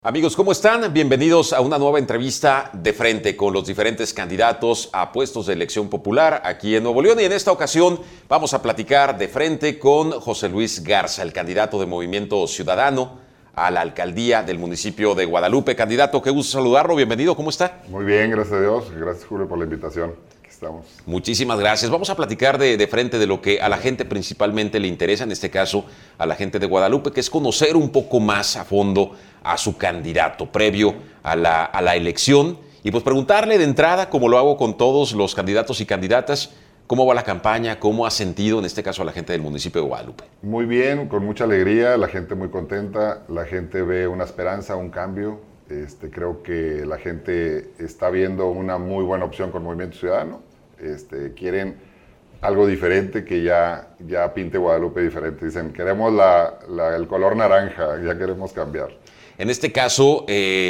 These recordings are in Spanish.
Amigos, ¿cómo están? Bienvenidos a una nueva entrevista de frente con los diferentes candidatos a puestos de elección popular aquí en Nuevo León. Y en esta ocasión vamos a platicar de frente con José Luis Garza, el candidato de Movimiento Ciudadano a la alcaldía del municipio de Guadalupe. Candidato, qué gusto saludarlo. Bienvenido, ¿cómo está? Muy bien, gracias a Dios. Gracias, Julio, por la invitación. Aquí estamos. Muchísimas gracias. Vamos a platicar de frente de lo que a la gente principalmente le interesa, en este caso a la gente de Guadalupe, que es conocer un poco más a fondo a su candidato previo a la elección. Y pues preguntarle de entrada, como lo hago con todos los candidatos y candidatas, ¿cómo va la campaña? ¿Cómo ha sentido, en este caso, a la gente del municipio de Guadalupe? Muy bien, con mucha alegría, la gente muy contenta, la gente ve una esperanza, un cambio. Creo que la gente está viendo una muy buena opción con Movimiento Ciudadano. Quieren algo diferente, que ya pinte Guadalupe diferente. Dicen, queremos el color naranja, ya queremos cambiar. En este caso,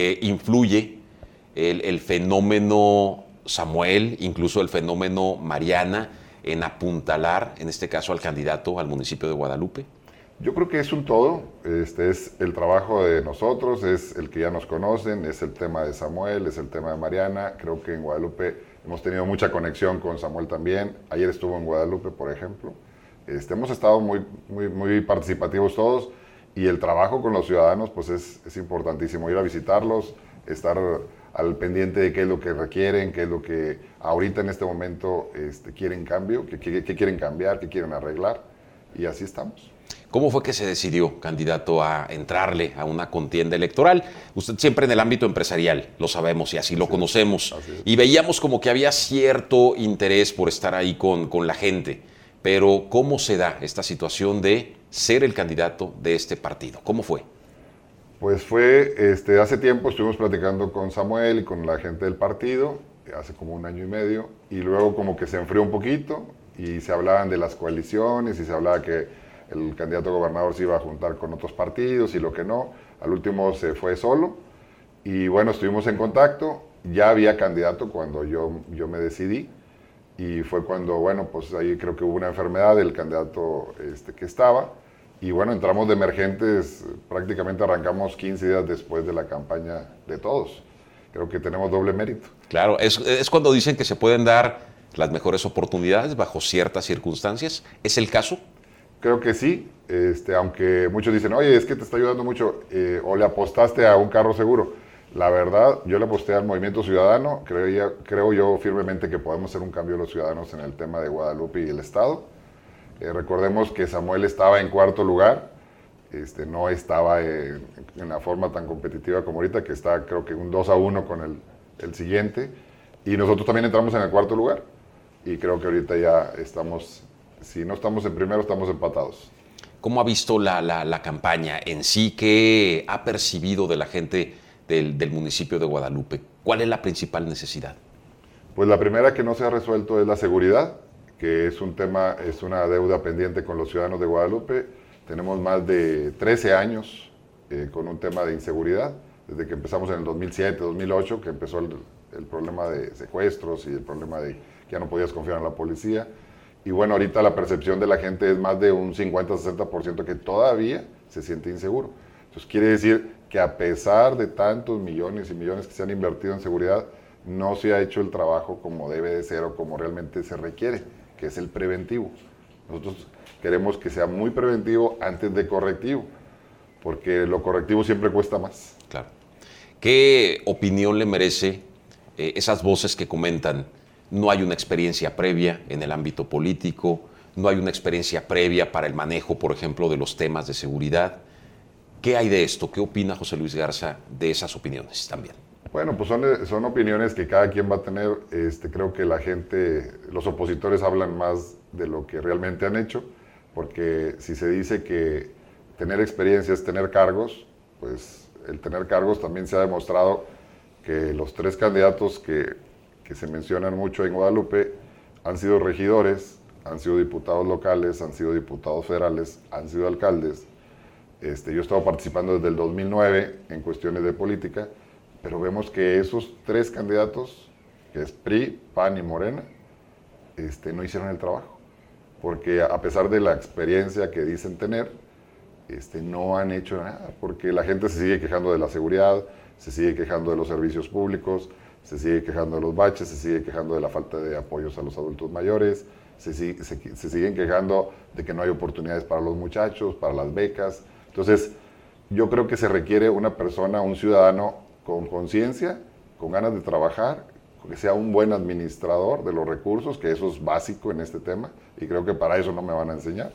influye el fenómeno Samuel, incluso el fenómeno Mariana, en apuntalar, en este caso, al candidato al municipio de Guadalupe. Yo creo que es un todo, es el trabajo de nosotros, es el que ya nos conocen, es el tema de Samuel, es el tema de Mariana. Creo que en Guadalupe hemos tenido mucha conexión con Samuel también. Ayer estuvo en Guadalupe, por ejemplo. Hemos estado muy participativos todos, y el trabajo con los ciudadanos pues es importantísimo. Ir a visitarlos, estar al pendiente de qué es lo que requieren, qué es lo que ahorita en este momento quieren cambio, qué quieren cambiar, qué quieren arreglar, y así estamos. ¿Cómo fue que se decidió, candidato, a entrarle a una contienda electoral? Usted siempre en el ámbito empresarial, lo sabemos y así lo conocemos. Y veíamos como que había cierto interés por estar ahí con la gente. Pero ¿cómo se da esta situación de ser el candidato de este partido? ¿Cómo fue? Pues fue, hace tiempo estuvimos platicando con Samuel y con la gente del partido, hace como 1 año y medio, y luego como que se enfrió un poquito y se hablaban de las coaliciones y se hablaba que el candidato a gobernador se iba a juntar con otros partidos y lo que no. Al último se fue solo y bueno, estuvimos en contacto. Ya había candidato cuando yo me decidí, y fue cuando, bueno, pues ahí creo que hubo una enfermedad del candidato que estaba, y bueno, entramos de emergentes, prácticamente arrancamos 15 días después de la campaña de todos. Creo que tenemos doble mérito. Claro, es cuando dicen que se pueden dar las mejores oportunidades bajo ciertas circunstancias. ¿Es el caso? Creo que sí, aunque muchos dicen, oye, es que te está ayudando mucho, o le apostaste a un carro seguro. La verdad, yo le aposté al Movimiento Ciudadano. Creo yo firmemente que podemos hacer un cambio los ciudadanos en el tema de Guadalupe y el Estado. Recordemos que Samuel estaba en 4º lugar, no estaba en la forma tan competitiva como ahorita, que está creo que un 2-1 con el siguiente, y nosotros también entramos en el 4º lugar, y creo que ahorita ya estamos, si no estamos en primero, estamos empatados. ¿Cómo ha visto la campaña en sí? ¿Qué ha percibido de la gente del municipio de Guadalupe? ¿Cuál es la principal necesidad? Pues la primera que no se ha resuelto es la seguridad, que es un tema, es una deuda pendiente con los ciudadanos de Guadalupe. Tenemos más de 13 años con un tema de inseguridad, desde que empezamos en el 2007, 2008, que empezó el problema de secuestros y el problema de que ya no podías confiar en la policía. Y bueno, ahorita la percepción de la gente es más de un 50-60% que todavía se siente inseguro. Entonces quiere decir que a pesar de tantos millones y millones que se han invertido en seguridad, no se ha hecho el trabajo como debe de ser o como realmente se requiere, que es el preventivo. Nosotros queremos que sea muy preventivo antes de correctivo, porque lo correctivo siempre cuesta más. Claro. ¿Qué opinión le merece esas voces que comentan? No hay una experiencia previa en el ámbito político, no hay una experiencia previa para el manejo, por ejemplo, de los temas de seguridad. ¿Qué hay de esto? ¿Qué opina José Luis Garza de esas opiniones también? Bueno, pues son opiniones que cada quien va a tener. Creo que la gente, los opositores hablan más de lo que realmente han hecho, porque si se dice que tener experiencia es tener cargos, pues el tener cargos también se ha demostrado que los 3 candidatos que se mencionan mucho en Guadalupe han sido regidores, han sido diputados locales, han sido diputados federales, han sido alcaldes. Yo he estado participando desde el 2009 en cuestiones de política, pero vemos que esos 3 candidatos, que es PRI, PAN y Morena, no hicieron el trabajo, porque a pesar de la experiencia que dicen tener, no han hecho nada, porque la gente se sigue quejando de la seguridad, se sigue quejando de los servicios públicos, se sigue quejando de los baches, se sigue quejando de la falta de apoyos a los adultos mayores, se siguen quejando de que no hay oportunidades para los muchachos, para las becas. Entonces, yo creo que se requiere una persona, un ciudadano con conciencia, con ganas de trabajar, que sea un buen administrador de los recursos, que eso es básico en este tema, y creo que para eso no me van a enseñar.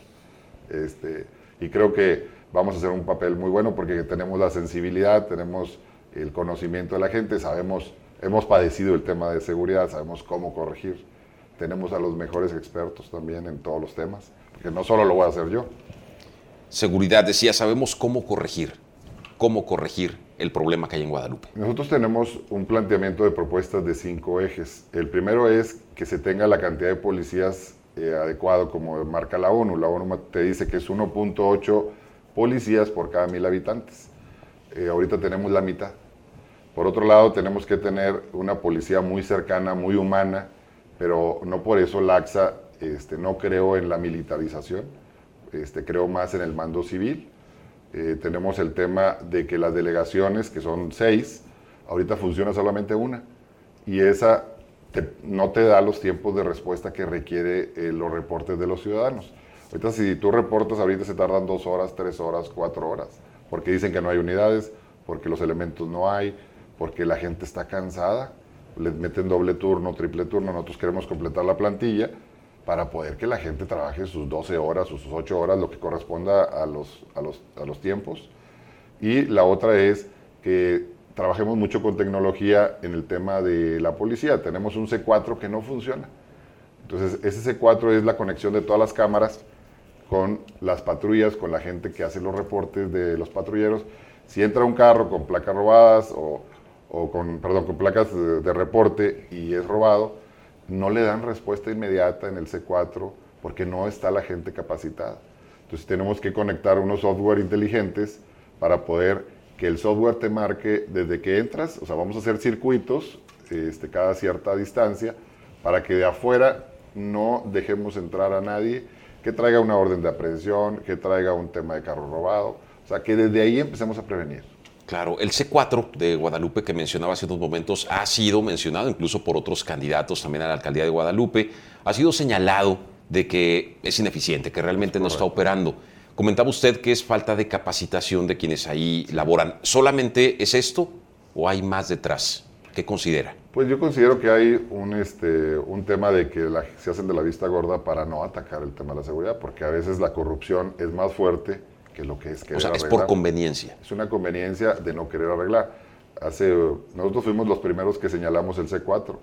Y creo que vamos a hacer un papel muy bueno porque tenemos la sensibilidad, tenemos el conocimiento de la gente, sabemos, hemos padecido el tema de seguridad, sabemos cómo corregir. Tenemos a los mejores expertos también en todos los temas, porque no solo lo voy a hacer yo. Seguridad, decía, sabemos cómo corregir el problema que hay en Guadalupe. Nosotros tenemos un planteamiento de propuestas de 5 ejes. El primero es que se tenga la cantidad de policías adecuado como marca la ONU. La ONU te dice que es 1.8 policías por cada 1,000 habitantes. Ahorita tenemos la mitad. Por otro lado, tenemos que tener una policía muy cercana, muy humana, pero no por eso laxa. No creo en la militarización, creo más en el mando civil. Tenemos el tema de que las delegaciones, que son 6, ahorita funciona solamente una, y esa no te da los tiempos de respuesta que requiere los reportes de los ciudadanos. Ahorita si tú reportas, ahorita se tardan 2 horas, 3 horas, 4 horas, porque dicen que no hay unidades, porque los elementos no hay, porque la gente está cansada, les meten doble turno, triple turno. Nosotros queremos completar la plantilla para poder que la gente trabaje sus 12 horas o sus 8 horas, lo que corresponda a los tiempos. Y la otra es que trabajemos mucho con tecnología en el tema de la policía. Tenemos un C4 que no funciona. Entonces, ese C4 es la conexión de todas las cámaras con las patrullas, con la gente que hace los reportes de los patrulleros. Si entra un carro con placas robadas con placas de reporte y es robado, no le dan respuesta inmediata en el C4 porque no está la gente capacitada. Entonces tenemos que conectar unos software inteligentes para poder que el software te marque desde que entras, o sea, vamos a hacer circuitos cada cierta distancia para que de afuera no dejemos entrar a nadie que traiga una orden de aprehensión, que traiga un tema de carro robado, o sea, que desde ahí empecemos a prevenir. Claro, el C4 de Guadalupe que mencionaba hace unos momentos ha sido mencionado incluso por otros candidatos también a la alcaldía de Guadalupe. Ha sido señalado de que es ineficiente, que realmente no está operando. Comentaba usted que es falta de capacitación de quienes ahí laboran. ¿Solamente es esto o hay más detrás? ¿Qué considera? Pues yo considero que hay un tema de que se hacen de la vista gorda para no atacar el tema de la seguridad, porque a veces la corrupción es más fuerte que lo que es querer arreglar. O sea, es por conveniencia. Es una conveniencia de no querer arreglar. Nosotros fuimos los primeros que señalamos el C4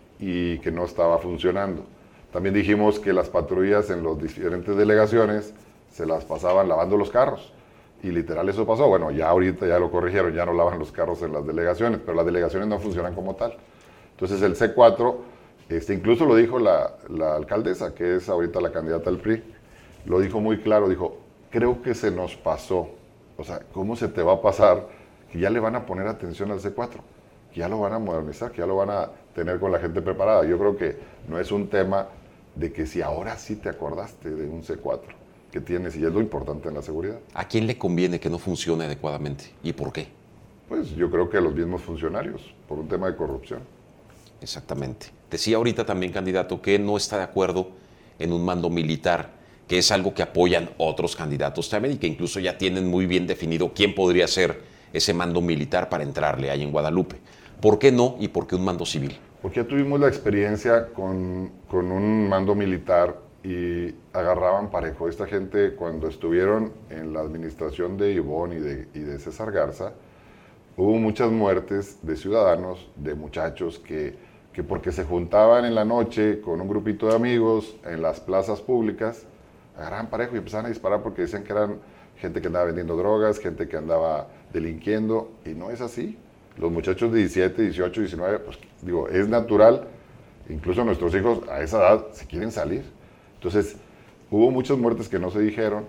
y que no estaba funcionando. También dijimos que las patrullas en las diferentes delegaciones se las pasaban lavando los carros. Y literal eso pasó. Bueno, ya ahorita ya lo corrigieron, ya no lavan los carros en las delegaciones, pero las delegaciones no funcionan como tal. Entonces el C4, incluso lo dijo la alcaldesa, que es ahorita la candidata al PRI, lo dijo muy claro, dijo, creo que se nos pasó. O sea, ¿cómo se te va a pasar que ya le van a poner atención al C4? Que ya lo van a modernizar, que ya lo van a tener con la gente preparada. Yo creo que no es un tema de que si ahora sí te acordaste de un C4 que tienes, y es lo importante en la seguridad. ¿A quién le conviene que no funcione adecuadamente? ¿Y por qué? Pues yo creo que a los mismos funcionarios, por un tema de corrupción. Exactamente. Decía ahorita también, candidato, que no está de acuerdo en un mando militar, que es algo que apoyan otros candidatos también y que incluso ya tienen muy bien definido quién podría ser ese mando militar para entrarle ahí en Guadalupe. ¿Por qué no y por qué un mando civil? Porque ya tuvimos la experiencia con un mando militar y agarraban parejo. Esta gente, cuando estuvieron en la administración de Ivonne y de César Garza, hubo muchas muertes de ciudadanos, de muchachos que porque se juntaban en la noche con un grupito de amigos en las plazas públicas, agarraban parejo y empezaban a disparar porque decían que eran gente que andaba vendiendo drogas, gente que andaba delinquiendo, y no es así. Los muchachos de 17, 18, 19, pues digo, es natural, incluso nuestros hijos a esa edad se quieren salir. Entonces, hubo muchas muertes que no se dijeron,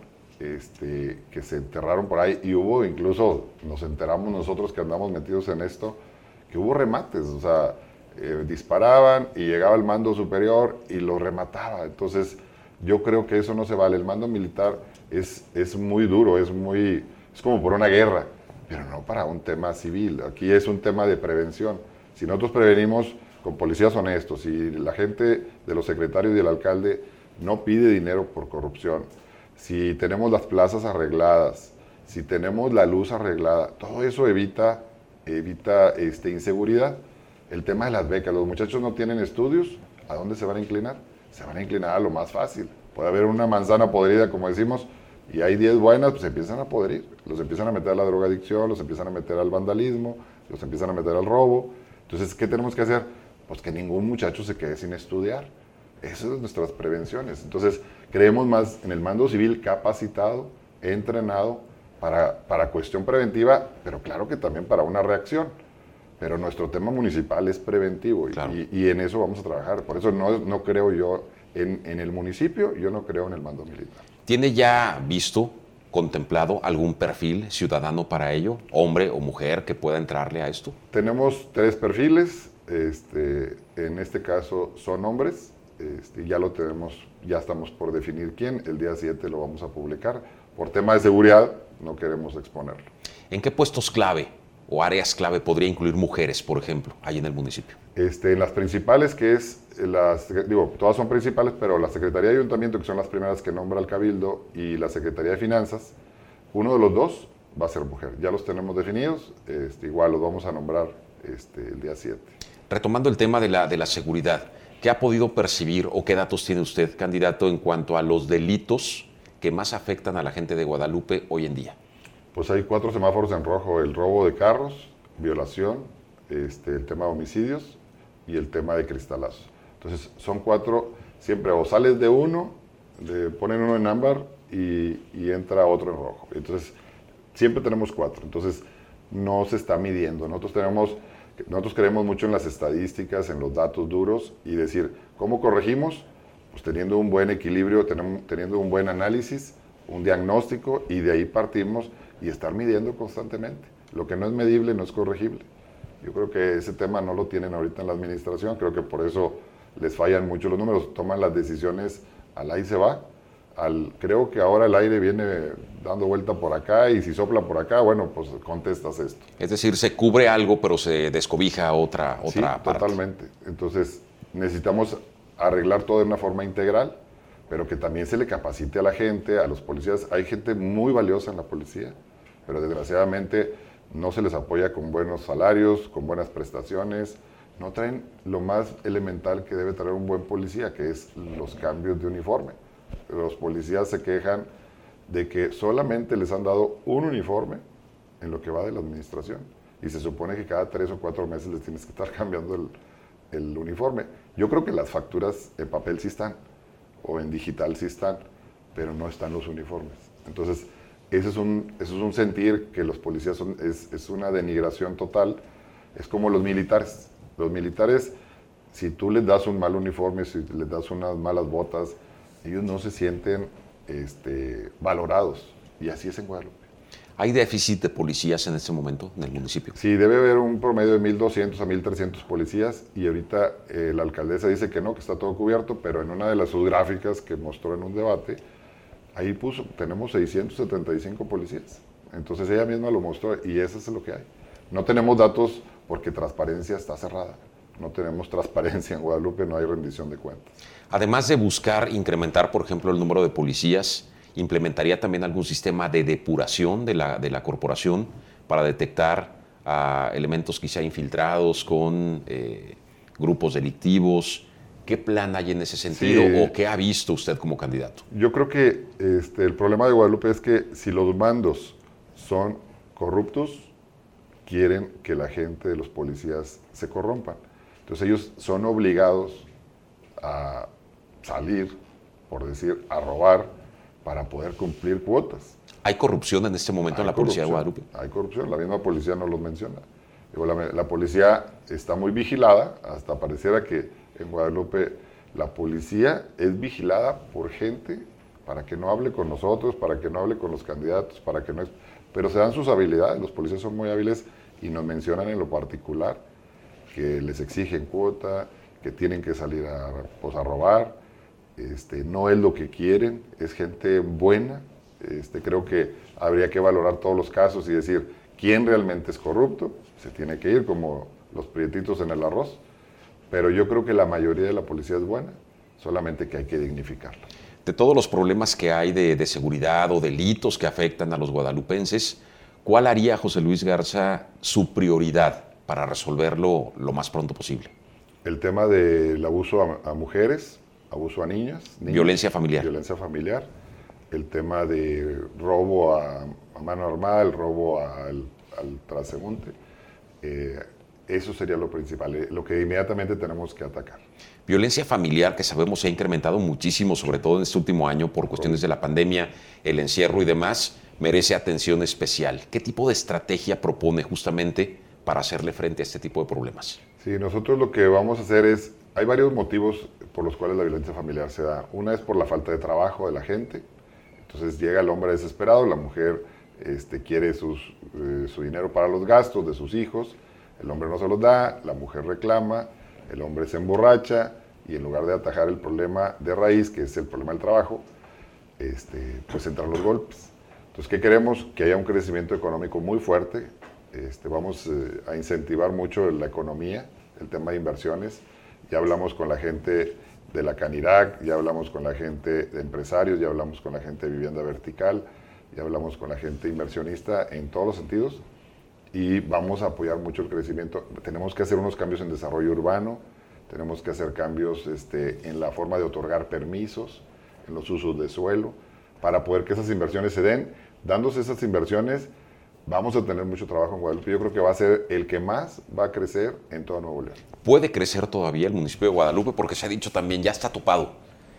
que se enterraron por ahí, y hubo incluso, nos enteramos nosotros que andamos metidos en esto, que hubo remates, o sea, disparaban y llegaba el mando superior y lo remataba. Entonces, yo creo que eso no se vale. El mando militar es muy duro, es como por una guerra, pero no para un tema civil. Aquí es un tema de prevención. Si nosotros prevenimos con policías honestos, si la gente de los secretarios y el alcalde no pide dinero por corrupción, si tenemos las plazas arregladas, si tenemos la luz arreglada, todo eso evita inseguridad. El tema de las becas, los muchachos no tienen estudios, ¿a dónde se van a inclinar? Se van a inclinar a lo más fácil. Puede haber una manzana podrida, como decimos, y hay 10 buenas, pues se empiezan a podrir. Los empiezan a meter a la drogadicción, los empiezan a meter al vandalismo, los empiezan a meter al robo. Entonces, ¿qué tenemos que hacer? Pues que ningún muchacho se quede sin estudiar. Esas son nuestras prevenciones. Entonces, creemos más en el mando civil capacitado, entrenado, para cuestión preventiva, pero claro que también para una reacción. Pero nuestro tema municipal es preventivo Claro. y en eso vamos a trabajar. Por eso no creo yo en el municipio, yo no creo en el mando militar. ¿Tiene ya visto, contemplado algún perfil ciudadano para ello, hombre o mujer, que pueda entrarle a esto? Tenemos 3 perfiles, en este caso son hombres, ya lo tenemos, ya estamos por definir quién, el día 7 lo vamos a publicar. Por tema de seguridad no queremos exponerlo. ¿En qué puestos clave o áreas clave podría incluir mujeres, por ejemplo, ahí en el municipio? En las principales, que es, todas son principales, pero la Secretaría de Ayuntamiento, que son las primeras que nombra el Cabildo, y la Secretaría de Finanzas, uno de los 2 va a ser mujer. Ya los tenemos definidos, igual los vamos a nombrar el día 7. Retomando el tema de la seguridad, ¿qué ha podido percibir o qué datos tiene usted, candidato, en cuanto a los delitos que más afectan a la gente de Guadalupe hoy en día? Pues hay 4 semáforos en rojo: el robo de carros, violación, el tema de homicidios y el tema de cristalazos. Entonces son 4, siempre o sales de uno, ponen uno en ámbar y entra otro en rojo. Entonces siempre tenemos 4, entonces no se está midiendo. Nosotros creemos mucho en las estadísticas, en los datos duros y decir, ¿cómo corregimos? Pues teniendo un buen equilibrio, teniendo un buen análisis, un diagnóstico, y de ahí partimos y estar midiendo constantemente. Lo que no es medible no es corregible. Yo creo que ese tema no lo tienen ahorita en la administración, creo que por eso les fallan mucho los números, toman las decisiones al ahí se va. Creo que ahora el aire viene dando vuelta por acá y si sopla por acá, bueno, pues contestas esto. Es decir, se cubre algo, pero se descobija otra Sí, parte. Totalmente. Entonces necesitamos arreglar todo de una forma integral, pero que también se le capacite a la gente, a los policías. Hay gente muy valiosa en la policía, pero desgraciadamente no se les apoya con buenos salarios, con buenas prestaciones. No traen lo más elemental que debe traer un buen policía, que es los cambios de uniforme. Los policías se quejan de que solamente les han dado un uniforme en lo que va de la administración y se supone que cada 3 o 4 meses les tienes que estar cambiando el uniforme. Yo creo que las facturas en papel sí están o en digital sí están, pero no están los uniformes. Entonces, eso es un sentir que los policías es una denigración total. Es como los militares. Los militares, si tú les das un mal uniforme, si les das unas malas botas, ellos no se sienten valorados. Y así es en Guadalupe. ¿Hay déficit de policías en este momento en el municipio? Sí, debe haber un promedio de 1,200 a 1,300 policías y ahorita la alcaldesa dice que no, que está todo cubierto, pero en una de sus gráficas que mostró en un debate, ahí puso, tenemos 675 policías. Entonces ella misma lo mostró y eso es lo que hay. No tenemos datos porque transparencia está cerrada. No tenemos transparencia en Guadalupe, no hay rendición de cuentas. Además de buscar incrementar, por ejemplo, el número de policías, ¿implementaría también algún sistema de depuración de la corporación para detectar elementos quizá infiltrados con grupos delictivos? ¿Qué plan hay en ese sentido o qué ha visto usted como candidato? Yo creo que el problema de Guadalupe es que si los mandos son corruptos, quieren que la gente de los policías se corrompan. Entonces ellos son obligados a salir, por decir, a robar para poder cumplir cuotas. ¿Hay corrupción en este momento en la policía de Guadalupe? Hay corrupción, la misma policía no los menciona. Digo, la policía está muy vigilada, hasta pareciera que en Guadalupe la policía es vigilada por gente para que no hable con nosotros, para que no hable con los candidatos, para que no... Pero se dan sus habilidades, los policías son muy hábiles y nos mencionan en lo particular que les exigen cuota, que tienen que salir a robar, no es lo que quieren, es gente buena, Creo que habría que valorar todos los casos y decir quién realmente es corrupto, se tiene que ir como los prietitos en el arroz, pero yo creo que la mayoría de la policía es buena, solamente que hay que dignificarla. De todos los problemas que hay de seguridad o delitos que afectan a los guadalupenses, ¿cuál haría José Luis Garza su prioridad para resolverlo lo más pronto posible? El tema del abuso a mujeres, abuso a niños. Violencia familiar. Violencia familiar. El tema de robo a mano armada, el robo al transeúnte. Eso sería lo principal, lo que inmediatamente tenemos que atacar. Violencia familiar, que sabemos se ha incrementado muchísimo, sobre todo en este último año por cuestiones de la pandemia, el encierro y demás, merece atención especial. ¿Qué tipo de estrategia propone justamente para hacerle frente a este tipo de problemas? Sí, nosotros lo que vamos a hacer es, hay varios motivos por los cuales la violencia familiar se da. Una es por la falta de trabajo de la gente, entonces llega el hombre desesperado, la mujer quiere su dinero para los gastos de sus hijos, el hombre no se los da, la mujer reclama, el hombre se emborracha y en lugar de atajar el problema de raíz, que es el problema del trabajo, pues entran los golpes. Entonces, ¿qué queremos? Que haya un crecimiento económico muy fuerte. Vamos a incentivar mucho la economía, el tema de inversiones. Ya hablamos con la gente de la Canirac, ya hablamos con la gente de empresarios, ya hablamos con la gente de vivienda vertical, ya hablamos con la gente inversionista en todos los sentidos y vamos a apoyar mucho el crecimiento. Tenemos que hacer unos cambios en desarrollo urbano, tenemos que hacer cambios en la forma de otorgar permisos, en los usos de suelo, para poder que esas inversiones se den. Dándose esas inversiones, vamos a tener mucho trabajo en Guadalupe. Yo creo que va a ser el que más va a crecer en todo Nuevo León. ¿Puede crecer todavía el municipio de Guadalupe? Porque se ha dicho también, ya está topado,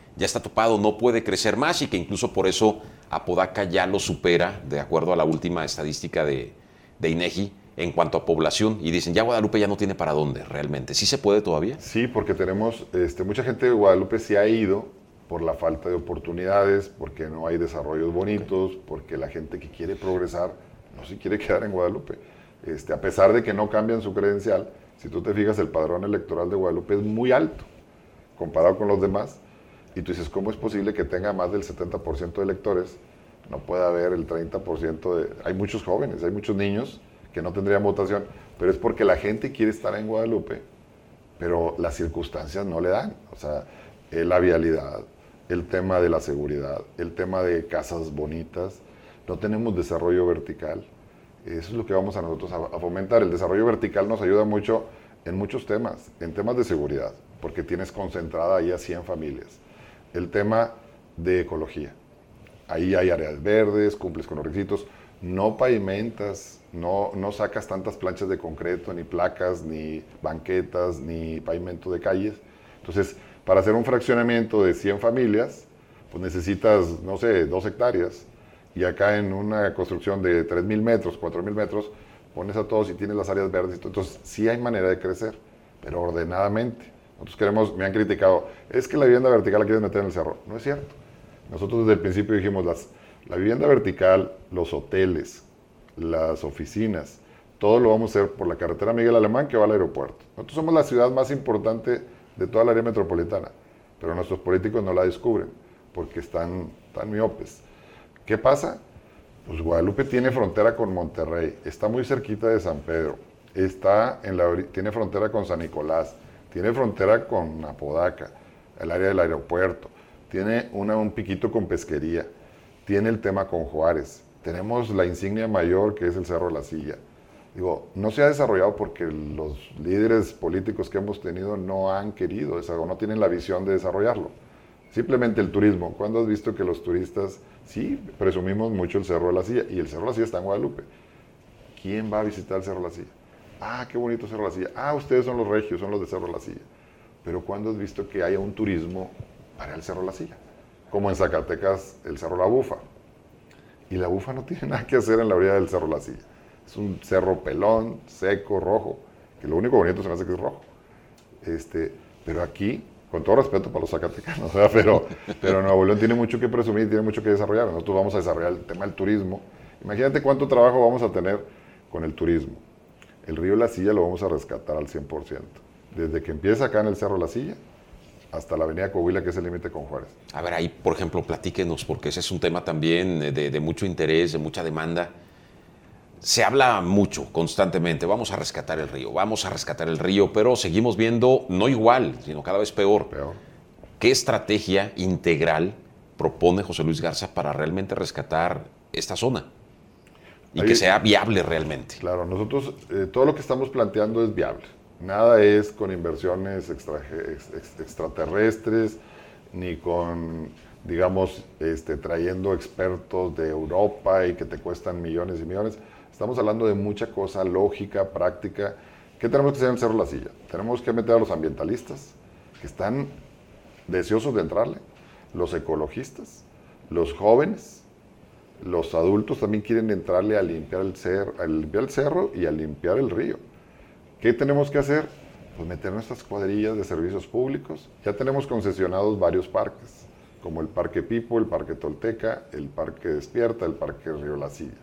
no puede crecer más y que incluso por eso Apodaca ya lo supera, de acuerdo a la última estadística de INEGI, en cuanto a población, y dicen, ya Guadalupe ya no tiene para dónde realmente. ¿Sí se puede todavía? Sí, porque tenemos, mucha gente de Guadalupe se ha ido por la falta de oportunidades, porque no hay desarrollos bonitos, porque la gente que quiere progresar no se quiere quedar en Guadalupe. A pesar de que no cambian su credencial, si tú te fijas, el padrón electoral de Guadalupe es muy alto comparado con los demás, y tú dices, ¿cómo es posible que tenga más del 70% de electores? No puede haber el 30% de... Hay muchos jóvenes, hay muchos niños que no tendrían votación, pero es porque la gente quiere estar en Guadalupe, pero las circunstancias no le dan. O sea, la vialidad, el tema de la seguridad, el tema de casas bonitas, no tenemos desarrollo vertical. Eso es lo que vamos a nosotros a fomentar. El desarrollo vertical nos ayuda mucho en muchos temas, en temas de seguridad, porque tienes concentrada ahí a 100 familias. El tema de ecología. Ahí hay áreas verdes, cumples con los requisitos, no pavimentas, no sacas tantas planchas de concreto, ni placas, ni banquetas, ni pavimento de calles. Entonces, para hacer un fraccionamiento de 100 familias, pues necesitas, no sé, 2 hectáreas. Y acá en una construcción de 3,000 metros, 4,000 metros, pones a todos y tienes las áreas verdes. Entonces, sí hay manera de crecer, pero ordenadamente. Nosotros me han criticado, es que la vivienda vertical la quieres meter en el cerro. No es cierto. Nosotros desde el principio dijimos, la vivienda vertical, los hoteles, las oficinas, todo lo vamos a hacer por la carretera Miguel Alemán que va al aeropuerto. Nosotros somos la ciudad más importante de toda la área metropolitana, pero nuestros políticos no la descubren porque están tan miopes. ¿Qué pasa? Pues Guadalupe tiene frontera con Monterrey, está muy cerquita de San Pedro, tiene frontera con San Nicolás, tiene frontera con Apodaca, el área del aeropuerto, tiene un piquito con pesquería, tiene el tema con Juárez, tenemos la insignia mayor que es el Cerro de la Silla. Digo, no se ha desarrollado porque los líderes políticos que hemos tenido no han querido desarrollar, no tienen la visión de desarrollarlo. Simplemente el turismo. ¿Cuándo has visto que los turistas, sí, presumimos mucho el Cerro de la Silla, y el Cerro de la Silla está en Guadalupe? ¿Quién va a visitar el Cerro de la Silla? Ah, qué bonito Cerro de la Silla. Ah, ustedes son los regios, son los de Cerro de la Silla. Pero ¿cuándo has visto que haya un turismo para el Cerro de la Silla? Como en Zacatecas, el Cerro La Bufa. Y la Bufa no tiene nada que hacer en la orilla del Cerro de la Silla. Es un cerro pelón, seco, rojo, que lo único bonito se me hace que es rojo. Pero aquí, con todo respeto para los zacatecanos, pero Nuevo León tiene mucho que presumir, tiene mucho que desarrollar. Nosotros vamos a desarrollar el tema del turismo. Imagínate cuánto trabajo vamos a tener con el turismo. El río La Silla lo vamos a rescatar al 100%. Desde que empieza acá en el Cerro La Silla hasta la avenida Coahuila, que es el límite con Juárez. A ver, ahí, por ejemplo, platíquenos, porque ese es un tema también de mucho interés, de mucha demanda. Se habla mucho, constantemente, vamos a rescatar el río, pero seguimos viendo, no igual, sino cada vez peor. ¿Qué estrategia integral propone José Luis Garza para realmente rescatar esta zona? Y que sea viable realmente. Claro, nosotros todo lo que estamos planteando es viable. Nada es con inversiones extraterrestres, ni con, digamos, trayendo expertos de Europa y que te cuestan millones y millones. Estamos hablando de mucha cosa lógica, práctica. ¿Qué tenemos que hacer en Cerro La Silla? Tenemos que meter a los ambientalistas, que están deseosos de entrarle, los ecologistas, los jóvenes, los adultos también quieren entrarle a limpiar el cerro y a limpiar el río. ¿Qué tenemos que hacer? Pues meter nuestras cuadrillas de servicios públicos. Ya tenemos concesionados varios parques, como el Parque Pipo, el Parque Tolteca, el Parque Despierta, el Parque Río La Silla.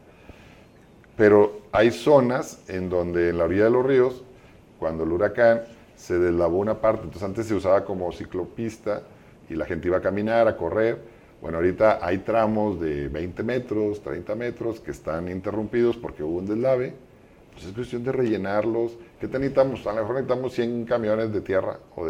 Pero hay zonas en donde en la orilla de los ríos, cuando el huracán se deslavó una parte, entonces antes se usaba como ciclopista y la gente iba a caminar, a correr. Bueno, ahorita hay tramos de 20 metros, 30 metros que están interrumpidos porque hubo un deslave. Pues es cuestión de rellenarlos. ¿Qué necesitamos? A lo mejor necesitamos 100 camiones de tierra o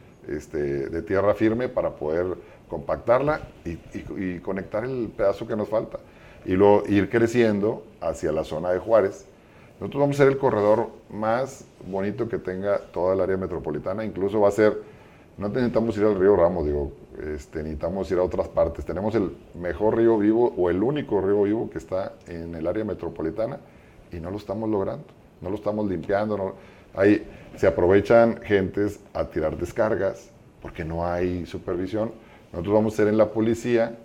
de tierra firme para poder compactarla y conectar el pedazo que nos falta. Y luego ir creciendo hacia la zona de Juárez. Nosotros vamos a ser el corredor más bonito que tenga toda el área metropolitana. Incluso va a ser, no necesitamos ir al río Ramos, necesitamos ir a otras partes. Tenemos el mejor río vivo o el único río vivo que está en el área metropolitana y no lo estamos logrando, no lo estamos limpiando. Ahí se aprovechan gentes a tirar descargas porque no hay supervisión. Nosotros vamos a ser en la policía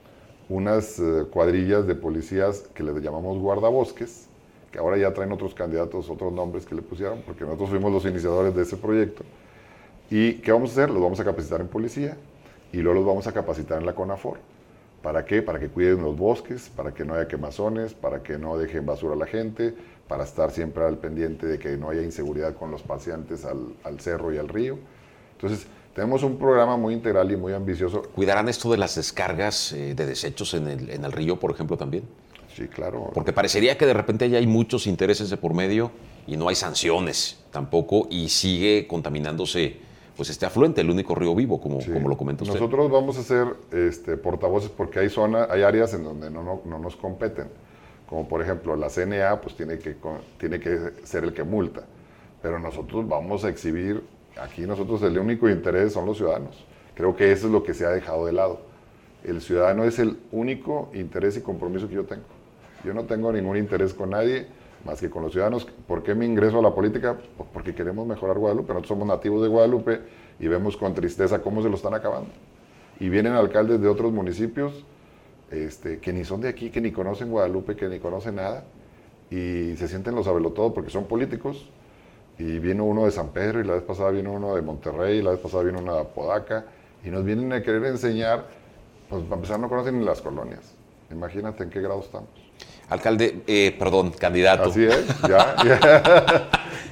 unas cuadrillas de policías que les llamamos guardabosques, que ahora ya traen otros candidatos, otros nombres que le pusieron, porque nosotros fuimos los iniciadores de ese proyecto. ¿Y qué vamos a hacer? Los vamos a capacitar en policía y luego los vamos a capacitar en la CONAFOR. ¿Para qué? Para que cuiden los bosques, para que no haya quemazones, para que no dejen basura a la gente, para estar siempre al pendiente de que no haya inseguridad con los paseantes al cerro y al río. Entonces, tenemos un programa muy integral y muy ambicioso. ¿Cuidarán esto de las descargas de desechos en el río, por ejemplo, también? Sí, claro. Porque parecería que de repente ya hay muchos intereses de por medio y no hay sanciones tampoco y sigue contaminándose pues este afluente, el único río vivo, como lo comenta usted. Nosotros vamos a ser portavoces porque hay áreas en donde no nos competen. Como por ejemplo la CNA, pues tiene que ser el que multa. Pero nosotros vamos a exhibir, aquí nosotros el único interés son los ciudadanos. Creo que eso es lo que se ha dejado de lado. El ciudadano es el único interés y compromiso que yo tengo. Yo no tengo ningún interés con nadie más que con los ciudadanos. ¿Por qué me ingreso a la política? Pues porque queremos mejorar Guadalupe. Nosotros somos nativos de Guadalupe y vemos con tristeza cómo se lo están acabando. Y vienen alcaldes de otros municipios que ni son de aquí, que ni conocen Guadalupe, que ni conocen nada, y se sienten los sabelotodos porque son políticos. Y vino uno de San Pedro, y la vez pasada vino uno de Monterrey, y la vez pasada vino uno de Apodaca, y nos vienen a querer enseñar, pues para empezar no conocen ni las colonias. Imagínate en qué grado estamos. Alcalde, candidato. Así es, ya.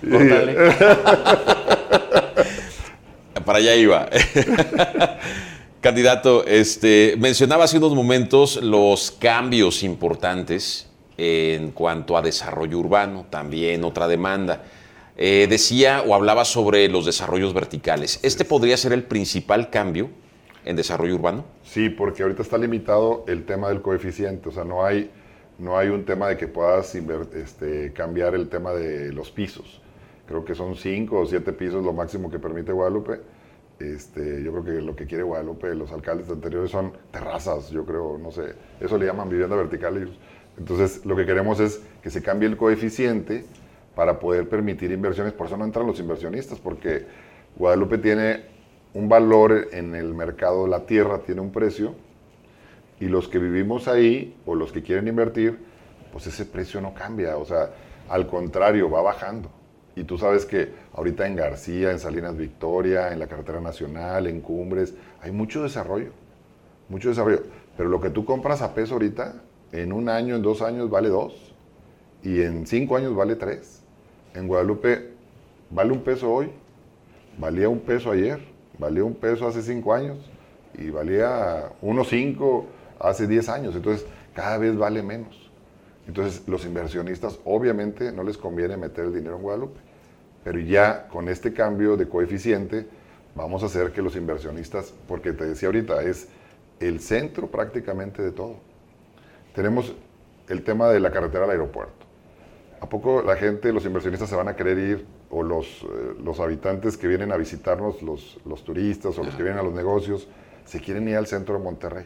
Para allá iba. Candidato, mencionaba hace unos momentos los cambios importantes en cuanto a desarrollo urbano, también otra demanda. Decía o hablaba sobre los desarrollos verticales. ¿Este podría ser el principal cambio en desarrollo urbano? Sí, porque ahorita está limitado el tema del coeficiente, o sea, no hay un tema de que puedas cambiar el tema de los pisos. Creo que son 5 o 7 pisos lo máximo que permite Guadalupe. Yo creo que lo que quiere Guadalupe, los alcaldes anteriores, son terrazas, yo creo, no sé, eso le llaman vivienda vertical ellos. Entonces, lo que queremos es que se cambie el coeficiente para poder permitir inversiones. Por eso no entran los inversionistas, porque Guadalupe tiene un valor en el mercado, la tierra tiene un precio, y los que vivimos ahí, o los que quieren invertir, pues ese precio no cambia, o sea, al contrario, va bajando. Y tú sabes que ahorita en García, en Salinas Victoria, en la Carretera Nacional, en Cumbres, hay mucho desarrollo, pero lo que tú compras a peso ahorita, en 1 año, en 2 años vale 2, y en 5 años vale 3. En Guadalupe vale 1 peso hoy, valía 1 peso ayer, valía $1 hace 5 años y valía 1.5 hace 10 años. Entonces, cada vez vale menos. Entonces, los inversionistas obviamente no les conviene meter el dinero en Guadalupe. Pero ya con este cambio de coeficiente, vamos a hacer que los inversionistas, porque te decía ahorita, es el centro prácticamente de todo. Tenemos el tema de la carretera al aeropuerto. ¿A poco la gente, los inversionistas se van a querer ir, o los habitantes que vienen a visitarnos, los turistas o los que vienen a los negocios, se quieren ir al centro de Monterrey?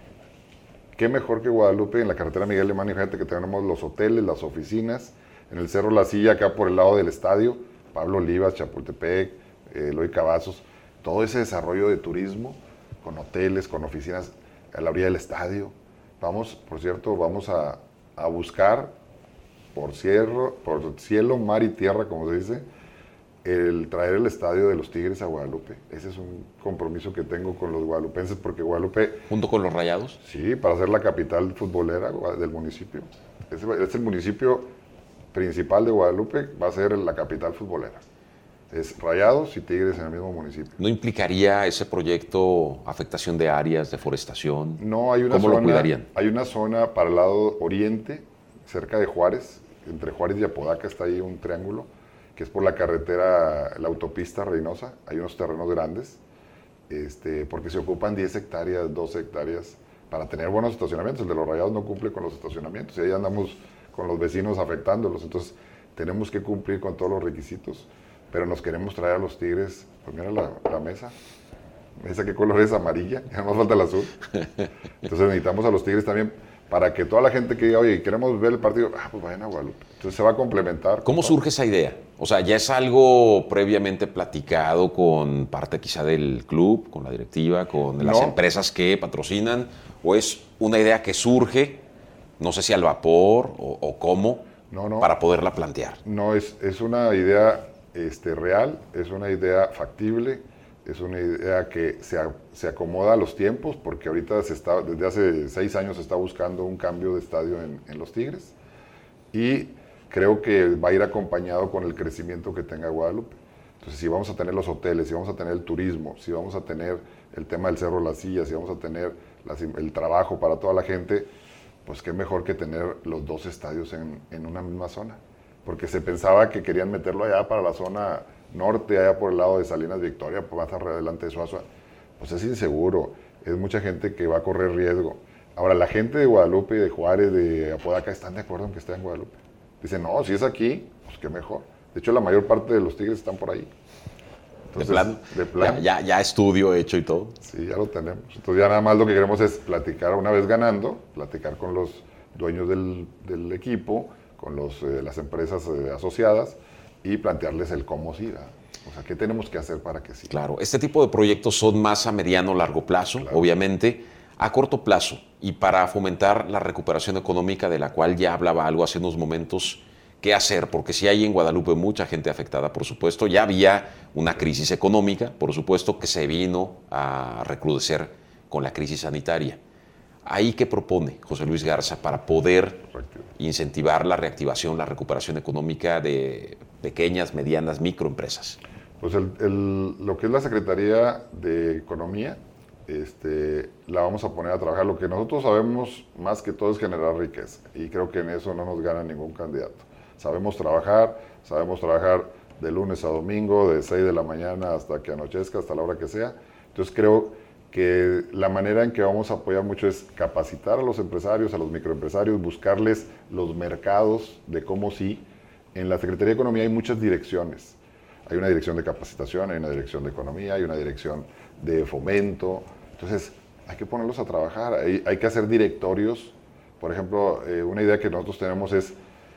Qué mejor que Guadalupe, en la carretera Miguel Alemán, y fíjate que tenemos los hoteles, las oficinas, en el Cerro La Silla, acá por el lado del estadio, Pablo Olivas, Chapultepec, Eloy Cavazos, todo ese desarrollo de turismo, con hoteles, con oficinas a la orilla del estadio. Por cierto, vamos a buscar por cielo, mar y tierra, como se dice, el traer el estadio de los Tigres a Guadalupe. Ese es un compromiso que tengo con los guadalupenses, porque Guadalupe... ¿Junto con los Rayados? Sí, para ser la capital futbolera del municipio. Es el municipio principal de Guadalupe, va a ser la capital futbolera. Es Rayados y Tigres en el mismo municipio. ¿No implicaría ese proyecto afectación de áreas, deforestación? No, hay una ¿Cómo zona, lo cuidarían? Hay una zona para el lado oriente, cerca de Juárez, entre Juárez y Apodaca está ahí un triángulo, que es por la carretera, la autopista Reynosa. Hay unos terrenos grandes, porque se ocupan 10 hectáreas, 12 hectáreas, para tener buenos estacionamientos. El de los Rayados no cumple con los estacionamientos, y ahí andamos con los vecinos afectándolos. Entonces, tenemos que cumplir con todos los requisitos, pero nos queremos traer a los Tigres. Pues mira la mesa. ¿Esa qué color es? Amarilla, ya nos falta el azul. Entonces necesitamos a los Tigres también, para que toda la gente que diga, oye, queremos ver el partido, pues vayan a Guadalupe. Entonces se va a complementar. ¿Cómo surge esa idea? O sea, ¿ya es algo previamente platicado con parte quizá del club, con la directiva, con las empresas que patrocinan? ¿O es una idea que surge, no sé si al vapor o cómo, para poderla plantear? No, es una idea real, es una idea factible, es una idea que se acomoda a los tiempos, porque ahorita desde hace 6 años se está buscando un cambio de estadio en los Tigres, y creo que va a ir acompañado con el crecimiento que tenga Guadalupe. Entonces, si vamos a tener los hoteles, si vamos a tener el turismo, si vamos a tener el tema del Cerro La Silla, si vamos a tener el trabajo para toda la gente, pues qué mejor que tener los 2 estadios en una misma zona. Porque se pensaba que querían meterlo allá para la zona norte, allá por el lado de Salinas Victoria, más adelante de Suazua. Pues es inseguro, es mucha gente que va a correr riesgo. Ahora, la gente de Guadalupe, de Juárez, de Apodaca, ¿están de acuerdo en que esté en Guadalupe? Dicen, no, si es aquí, pues qué mejor. De hecho, la mayor parte de los Tigres están por ahí. Entonces, ¿de plan? Ya estudio hecho y todo. Sí, ya lo tenemos. Entonces ya nada más lo que queremos es platicar una vez ganando, platicar con los dueños del equipo, con las empresas asociadas, y plantearles el cómo sí, ¿verdad? O sea, ¿qué tenemos que hacer para que sí? Claro, este tipo de proyectos son más a mediano o largo plazo, claro. Obviamente, a corto plazo, y para fomentar la recuperación económica, de la cual ya hablaba algo hace unos momentos. ¿Qué hacer? Porque sí hay en Guadalupe mucha gente afectada, por supuesto. Ya había una crisis económica, por supuesto, que se vino a recrudecer con la crisis sanitaria. ¿Ahí qué propone José Luis Garza para poder incentivar la reactivación, la recuperación económica de pequeñas, medianas, microempresas? Pues lo que es la Secretaría de Economía, la vamos a poner a trabajar. Lo que nosotros sabemos más que todo es generar riqueza, y creo que en eso no nos gana ningún candidato. Sabemos trabajar de lunes a domingo, de 6 de la mañana hasta que anochezca, hasta la hora que sea. Entonces creo que la manera en que vamos a apoyar mucho es capacitar a los empresarios, a los microempresarios, buscarles los mercados de cómo sí. En la Secretaría de Economía hay muchas direcciones. Hay una dirección de capacitación, hay una dirección de economía, hay una dirección de fomento. Entonces hay que ponerlos a trabajar, hay que hacer directorios. Por ejemplo, una idea que nosotros tenemos es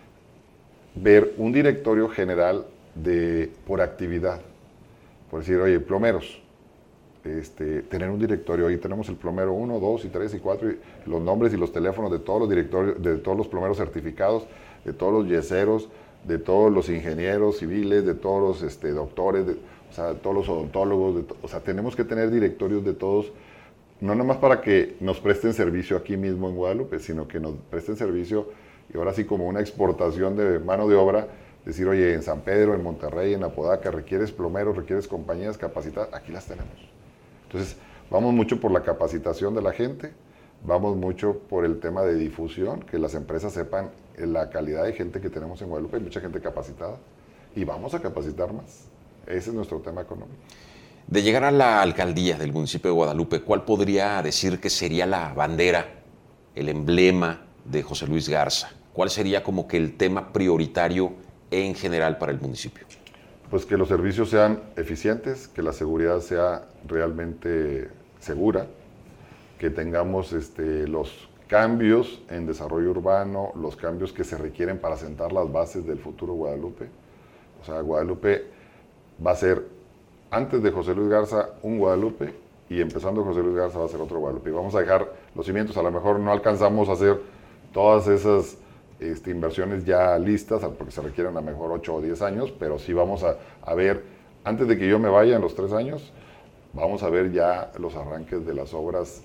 ver un directorio general por actividad. Por decir, oye, plomeros, tener un directorio. Ahí tenemos el plomero 1, 2 y 3 y 4, y los nombres y los teléfonos de todos los directorios, de todos los plomeros certificados, de todos los yeseros, de todos los ingenieros civiles, de todos los doctores, o sea, de todos los odontólogos, o sea, tenemos que tener directorios de todos, no nomás para que nos presten servicio aquí mismo en Guadalupe, sino que nos presten servicio, y ahora sí como una exportación de mano de obra decir, oye, en San Pedro, en Monterrey, en Apodaca, requieres plomeros, requieres compañías capacitadas, aquí las tenemos. Entonces, vamos mucho por la capacitación de la gente, vamos mucho por el tema de difusión, que las empresas sepan la calidad de gente que tenemos en Guadalupe, hay mucha gente capacitada, y vamos a capacitar más. Ese es nuestro tema económico. De llegar a la alcaldía del municipio de Guadalupe, ¿cuál podría decir que sería la bandera, el emblema de José Luis Garza? ¿Cuál sería como que el tema prioritario en general para el municipio? Pues que los servicios sean eficientes, que la seguridad sea realmente segura, que tengamos los cambios en desarrollo urbano, los cambios que se requieren para sentar las bases del futuro Guadalupe. O sea, Guadalupe va a ser, antes de José Luis Garza, un Guadalupe, y empezando José Luis Garza va a ser otro Guadalupe. Y vamos a dejar los cimientos, a lo mejor no alcanzamos a hacer todas esas inversiones ya listas, porque se requieren a lo mejor 8 o 10 años, pero sí vamos a ver, antes de que yo me vaya en los 3 años, vamos a ver ya los arranques de las obras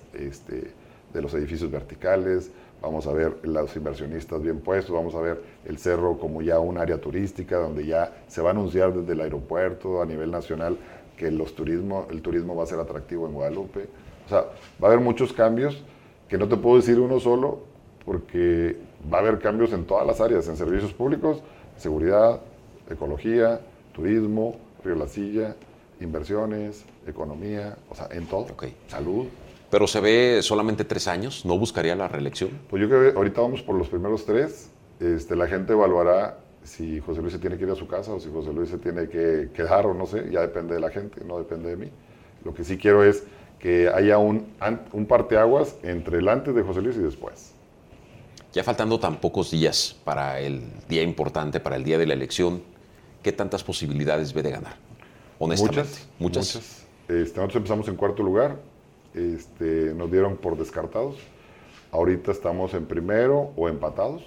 de los edificios verticales, vamos a ver los inversionistas bien puestos, vamos a ver el cerro como ya un área turística, donde ya se va a anunciar desde el aeropuerto a nivel nacional que el turismo va a ser atractivo en Guadalupe. O sea, va a haber muchos cambios que no te puedo decir uno solo, porque va a haber cambios en todas las áreas, en servicios públicos, seguridad, ecología, turismo, Río La Silla, inversiones, economía, o sea, en todo, salud. Pero se ve solamente 3 años, ¿no buscaría la reelección? Pues yo creo que ahorita vamos por los primeros 3, la gente evaluará si José Luis se tiene que ir a su casa o si José Luis se tiene que quedar o no sé, ya depende de la gente, no depende de mí. Lo que sí quiero es que haya un parteaguas entre el antes de José Luis y después. Ya faltando tan pocos días para el día importante, para el día de la elección, ¿qué tantas posibilidades ve de ganar? Honestamente. Muchas. Nosotros empezamos en 4º lugar, nos dieron por descartados. Ahorita estamos en primero o empatados.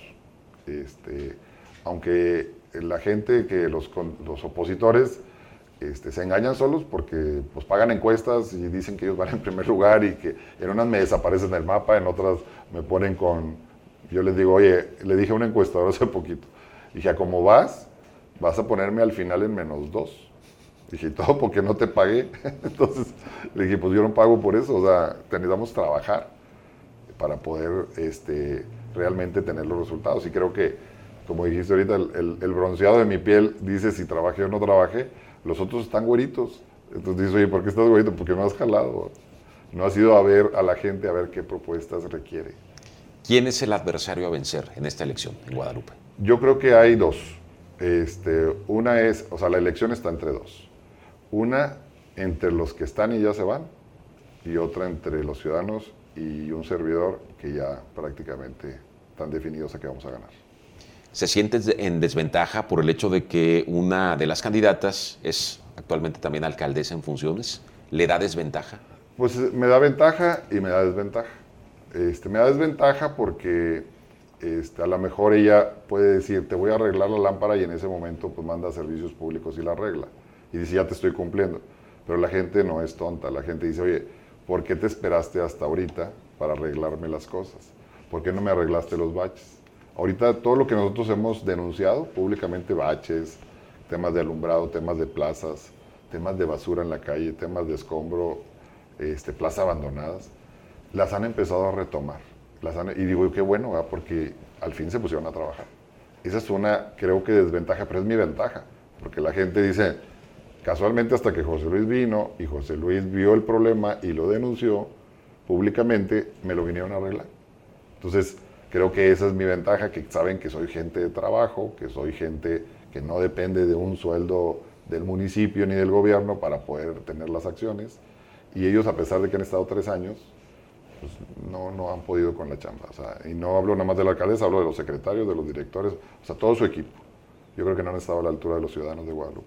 Aunque la gente, que los opositores se engañan solos porque pues pagan encuestas y dicen que ellos van en primer lugar y que en unas me desaparecen del mapa, en otras me ponen con... Yo les digo, oye, le dije a un encuestador hace poquito, dije, a cómo vas a ponerme al final en -2. Dije, todo porque no te pagué. Entonces le dije, pues yo no pago por eso, o sea, necesitamos trabajar para poder realmente tener los resultados. Y creo que, como dijiste ahorita, el bronceado de mi piel dice si trabajé o no trabajé, los otros están güeritos. Entonces dices, oye, ¿por qué estás güerito? Porque no has jalado, no has ido a ver a la gente, a ver qué propuestas requiere. ¿Quién es el adversario a vencer en esta elección en Guadalupe? Yo creo que hay 2. Una es, o sea, la elección está entre 2. Una entre los que están y ya se van, y otra entre los ciudadanos y un servidor que ya prácticamente están definidos a que vamos a ganar. ¿Se siente en desventaja por el hecho de que una de las candidatas es actualmente también alcaldesa en funciones? ¿Le da desventaja? Pues me da ventaja y me da desventaja. Me da desventaja porque a lo mejor ella puede decir, te voy a arreglar la lámpara, y en ese momento pues manda a servicios públicos y la arregla. Y dice, ya te estoy cumpliendo. Pero la gente no es tonta. La gente dice, oye, ¿por qué te esperaste hasta ahorita para arreglarme las cosas? ¿Por qué no me arreglaste los baches? Ahorita todo lo que nosotros hemos denunciado públicamente, baches, temas de alumbrado, temas de plazas, temas de basura en la calle, temas de escombro, plazas abandonadas, las han empezado a retomar. Y digo, qué bueno, ¿verdad? Porque al fin se pusieron a trabajar. Esa es una, creo que desventaja, pero es mi ventaja, porque la gente dice, casualmente hasta que José Luis vino y José Luis vio el problema y lo denunció públicamente, me lo vinieron a arreglar. Entonces, creo que esa es mi ventaja, que saben que soy gente de trabajo, que soy gente que no depende de un sueldo del municipio ni del gobierno para poder tener las acciones. Y ellos, a pesar de que han estado 3 años, pues no han podido con la chamba. O sea, y no hablo nada más de la alcaldesa, hablo de los secretarios, de los directores, o sea, todo su equipo. Yo creo que no han estado a la altura de los ciudadanos de Guadalupe.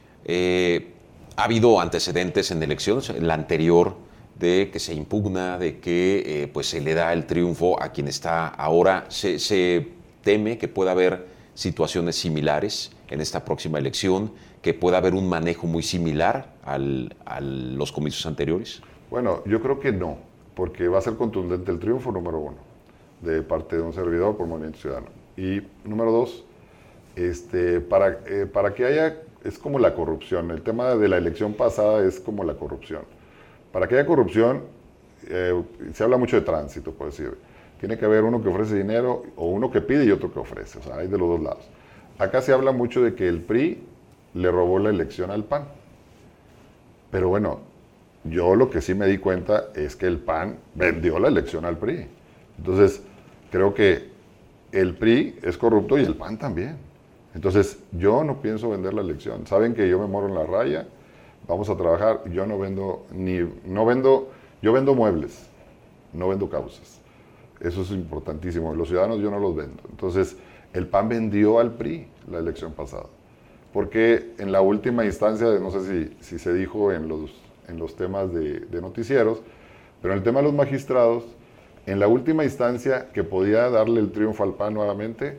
¿Ha habido antecedentes en elecciones, la anterior, de que se impugna, de que pues se le da el triunfo a quien está ahora? ¿Se teme que pueda haber situaciones similares en esta próxima elección, que pueda haber un manejo muy similar a los comicios anteriores? Bueno, yo creo que no, porque va a ser contundente el triunfo, número 1, de parte de un servidor por Movimiento Ciudadano. Y número 2, Para que haya, es como la corrupción. El tema de la elección pasada es como la corrupción. Para que haya corrupción, se habla mucho de tránsito, por decir. Tiene que haber uno que ofrece dinero o uno que pide y otro que ofrece. O sea, hay de los dos lados. Acá se habla mucho de que el PRI le robó la elección al PAN. Pero bueno, yo lo que sí me di cuenta es que el PAN vendió la elección al PRI. Entonces, creo que el PRI es corrupto y el PAN también. Entonces, yo no pienso vender la elección. Saben que yo me muero en la raya, vamos a trabajar. Yo yo vendo muebles, no vendo causas. Eso es importantísimo. Los ciudadanos yo no los vendo. Entonces, el PAN vendió al PRI la elección pasada. Porque en la última instancia, no sé si se dijo en los temas de noticieros, pero en el tema de los magistrados, en la última instancia que podía darle el triunfo al PAN nuevamente,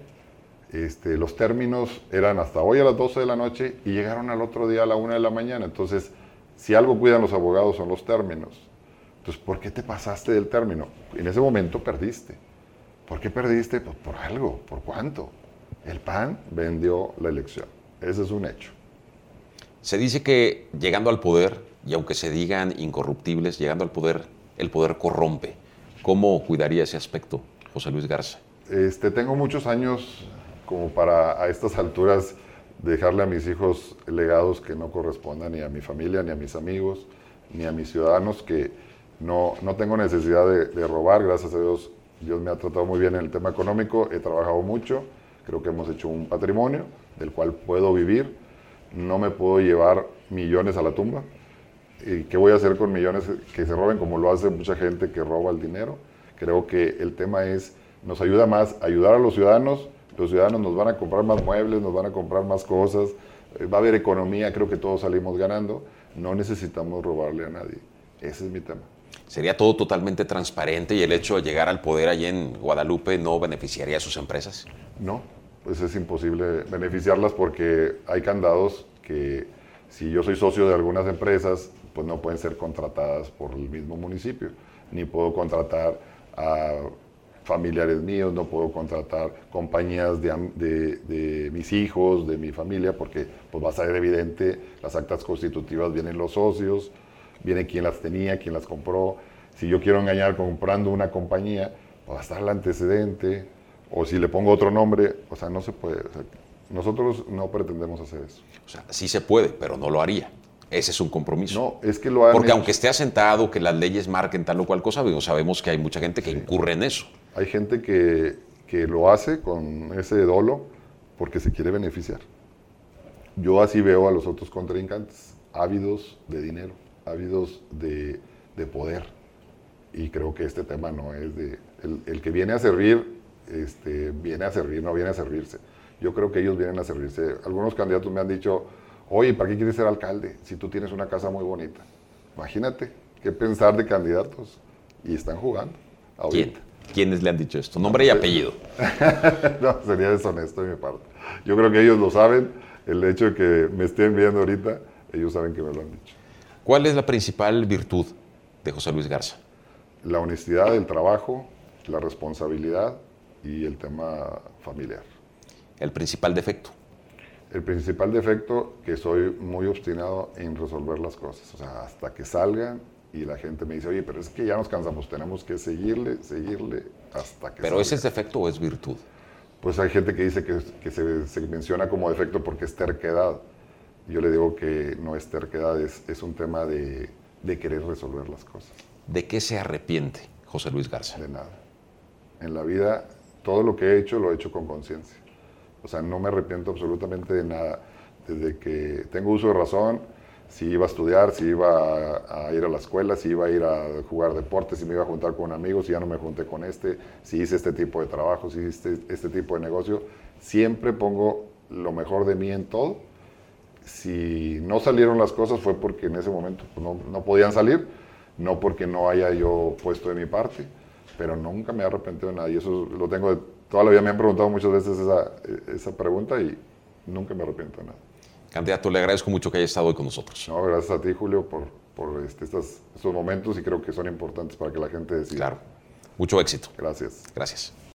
los términos eran hasta hoy a las 12 de la noche y llegaron al otro día a la 1 de la mañana. Entonces, si algo cuidan los abogados son los términos. Entonces, ¿por qué te pasaste del término? En ese momento perdiste. ¿Por qué perdiste? Pues por algo. ¿Por cuánto? El PAN vendió la elección. Ese es un hecho. Se dice que llegando al poder, y aunque se digan incorruptibles, llegando al poder, el poder corrompe. ¿Cómo cuidaría ese aspecto, José Luis Garza? Tengo muchos años como para a estas alturas dejarle a mis hijos legados que no correspondan ni a mi familia, ni a mis amigos, ni a mis ciudadanos, que no tengo necesidad de robar. Gracias a Dios, Dios me ha tratado muy bien en el tema económico, he trabajado mucho, creo que hemos hecho un patrimonio del cual puedo vivir, no me puedo llevar millones a la tumba. ¿Y qué voy a hacer con millones que se roben como lo hace mucha gente que roba el dinero? Creo que el tema nos ayuda más a ayudar a los ciudadanos nos van a comprar más muebles, nos van a comprar más cosas, va a haber economía, creo que todos salimos ganando, no necesitamos robarle a nadie, ese es mi tema. ¿Sería todo totalmente transparente y el hecho de llegar al poder allí en Guadalupe no beneficiaría a sus empresas? No, pues es imposible beneficiarlas porque hay candados que si yo soy socio de algunas empresas, pues no pueden ser contratadas por el mismo municipio, ni puedo contratar a familiares míos, no puedo contratar compañías de mis hijos, de mi familia, porque pues va a ser evidente, las actas constitutivas vienen los socios, viene quién las tenía, quién las compró. Si yo quiero engañar comprando una compañía, pues va a estar el antecedente, o si le pongo otro nombre, o sea, no se puede. O sea, nosotros no pretendemos hacer eso. O sea, sí se puede, pero no lo haría. Ese es un compromiso. No, es que lo han Porque hecho. aunque esté asentado, que las leyes marquen tal o cual cosa, sabemos que hay mucha gente que incurre en eso. Hay gente que lo hace con ese dolo porque se quiere beneficiar. Yo así veo a los otros contrincantes, ávidos de dinero, ávidos de poder. Y creo que este tema no es de... El que viene a servir, viene a servir, no viene a servirse. Yo creo que ellos vienen a servirse. Algunos candidatos me han dicho, oye, ¿para qué quieres ser alcalde si tú tienes una casa muy bonita? Imagínate, qué pensar de candidatos. Y están jugando ahorita. ¿Quiénes le han dicho esto? Nombre y apellido. No, sería deshonesto de mi parte. Yo creo que ellos lo saben. El hecho de que me estén viendo ahorita, ellos saben que me lo han dicho. ¿Cuál es la principal virtud de José Luis Garza? La honestidad, el trabajo, la responsabilidad y el tema familiar. ¿El principal defecto? El principal defecto, que soy muy obstinado en resolver las cosas. O sea, hasta que salgan y la gente me dice, oye, pero es que ya nos cansamos, tenemos que seguirle hasta que ¿Pero salga. ese es defecto o es virtud? Pues hay gente que dice que se menciona como defecto porque es terquedad. Yo le digo que no es terquedad, es un tema de querer resolver las cosas. ¿De qué se arrepiente José Luis Garza? De nada. En la vida, todo lo que he hecho, lo he hecho con conciencia. O sea, no me arrepiento absolutamente de nada. Desde que tengo uso de razón, si iba a estudiar, si iba a ir a la escuela, si iba a ir a jugar deportes, si me iba a juntar con amigos, si ya no me junté con si hice este tipo de trabajo, si hice este tipo de negocio, siempre pongo lo mejor de mí en todo. Si no salieron las cosas fue porque en ese momento pues, no podían salir, no porque no haya yo puesto de mi parte, pero nunca me he arrepentido de nada. Y eso lo tengo toda la vida. Me han preguntado muchas veces esa pregunta y nunca me arrepiento de nada. Candidato, le agradezco mucho que haya estado hoy con nosotros. No, gracias a ti, Julio, por estos momentos y creo que son importantes para que la gente decida. Claro. Mucho éxito. Gracias. Gracias.